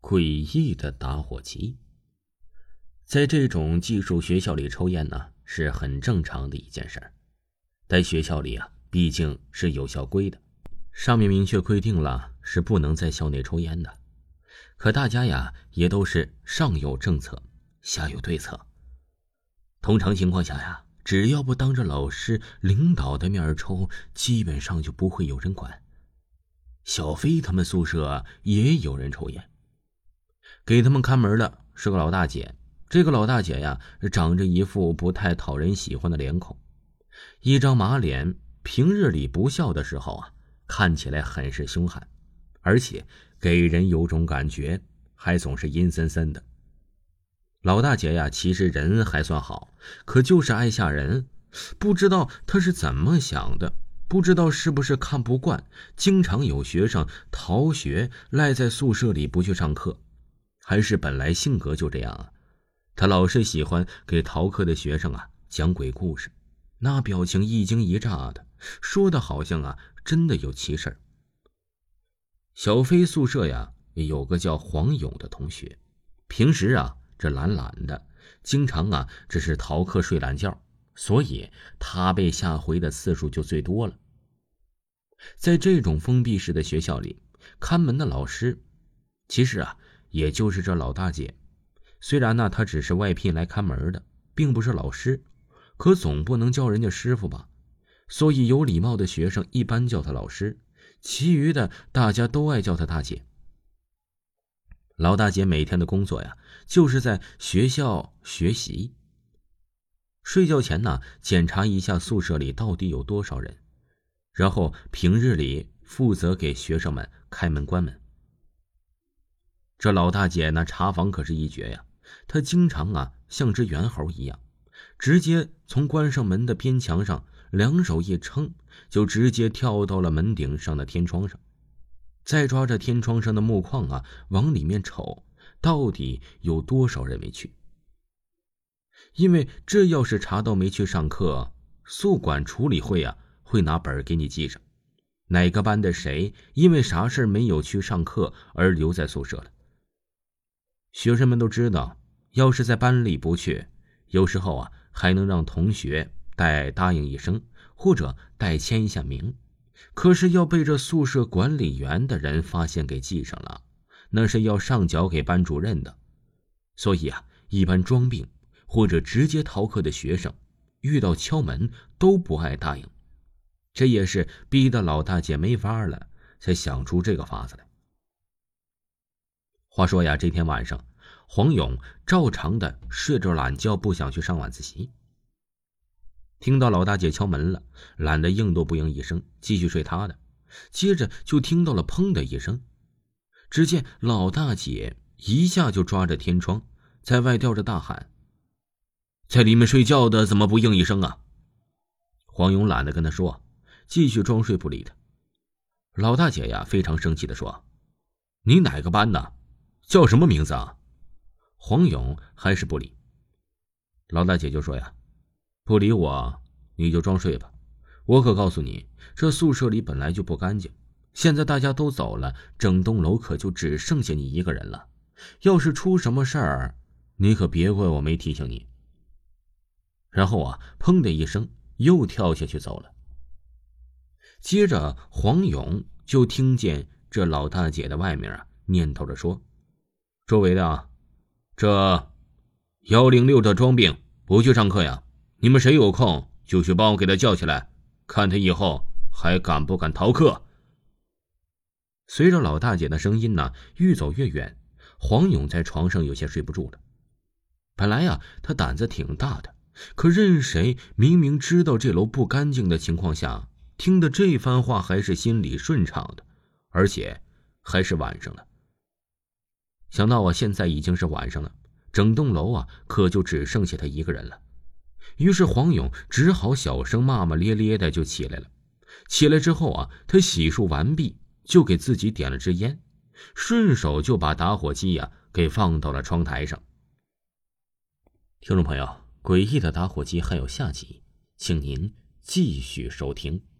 诡异的打火机。在这种技术学校里抽烟呢，是很正常的一件事儿。在学校里啊，毕竟是有校规的，上面明确规定了是不能在校内抽烟的。可大家呀，也都是上有政策，下有对策。通常情况下呀，只要不当着老师、领导的面抽，基本上就不会有人管。小飞他们宿舍也有人抽烟，给他们看门的是个老大姐。这个老大姐呀，长着一副不太讨人喜欢的脸孔，一张马脸，平日里不笑的时候啊，看起来很是凶悍，而且给人有种感觉还总是阴森森的。老大姐呀，其实人还算好，可就是爱吓人。不知道她是怎么想的，不知道是不是看不惯经常有学生逃学赖在宿舍里不去上课，还是本来性格就这样啊。她老是喜欢给逃课的学生啊讲鬼故事，那表情一惊一乍的，说的好像啊真的有其事儿。小飞宿舍呀有个叫黄勇的同学，平时啊这懒懒的，经常啊只是逃课睡懒觉，所以他被吓回的次数就最多了。在这种封闭式的学校里，看门的老师其实啊也就是这老大姐。虽然呢他只是外聘来看门的，并不是老师，可总不能叫人家师傅吧，所以有礼貌的学生一般叫他老师，其余的大家都爱叫他大姐。老大姐每天的工作呀，就是在学校学习。睡觉前呢，检查一下宿舍里到底有多少人，然后平日里负责给学生们开门关门。这老大姐那查房可是一绝呀，她经常啊像只猿猴一样，直接从关上门的边墙上两手一撑，就直接跳到了门顶上的天窗上，再抓着天窗上的木框啊往里面瞅，到底有多少人没去。因为这要是查到没去上课，宿管处理会啊会拿本给你记上，哪个班的谁因为啥事没有去上课而留在宿舍了。学生们都知道，要是在班里不去，有时候啊还能让同学代答应一声，或者代签一下名。可是要被这宿舍管理员的人发现给记上了，那是要上缴给班主任的。所以啊，一般装病或者直接逃课的学生遇到敲门都不爱答应，这也是逼得老大姐没法了，才想出这个法子来。话说呀，这天晚上黄勇照常的睡着懒觉，不想去上晚自习。听到老大姐敲门了，懒得应都不应一声，继续睡他的。接着就听到了砰的一声，只见老大姐一下就抓着天窗，在外吊着大喊：在里面睡觉的怎么不应一声啊？黄勇懒得跟他说，继续装睡不理他。老大姐呀非常生气的说：你哪个班的？叫什么名字啊？黄勇还是不理。老大姐就说呀：不理我你就装睡吧，我可告诉你，这宿舍里本来就不干净，现在大家都走了，整栋楼可就只剩下你一个人了，要是出什么事儿，你可别怪我没提醒你。然后啊砰的一声又跳下去走了。接着黄勇就听见这老大姐的外面啊念叨着说：周围的啊，这106的装病不去上课呀，你们谁有空就去帮我给他叫起来，看他以后还敢不敢逃课。随着老大姐的声音呢愈走越远，黄勇在床上有些睡不住了。本来呀他胆子挺大的，可任谁明明知道这楼不干净的情况下，听的这番话还是心里顺畅的，而且还是晚上了。想到啊现在已经是晚上了，整栋楼啊可就只剩下他一个人了。于是黄勇只好小声骂骂咧咧的就起来了。起来之后啊，他洗漱完毕，就给自己点了支烟，顺手就把打火机啊给放到了窗台上。听众朋友，诡异的打火机还有下集，请您继续收听。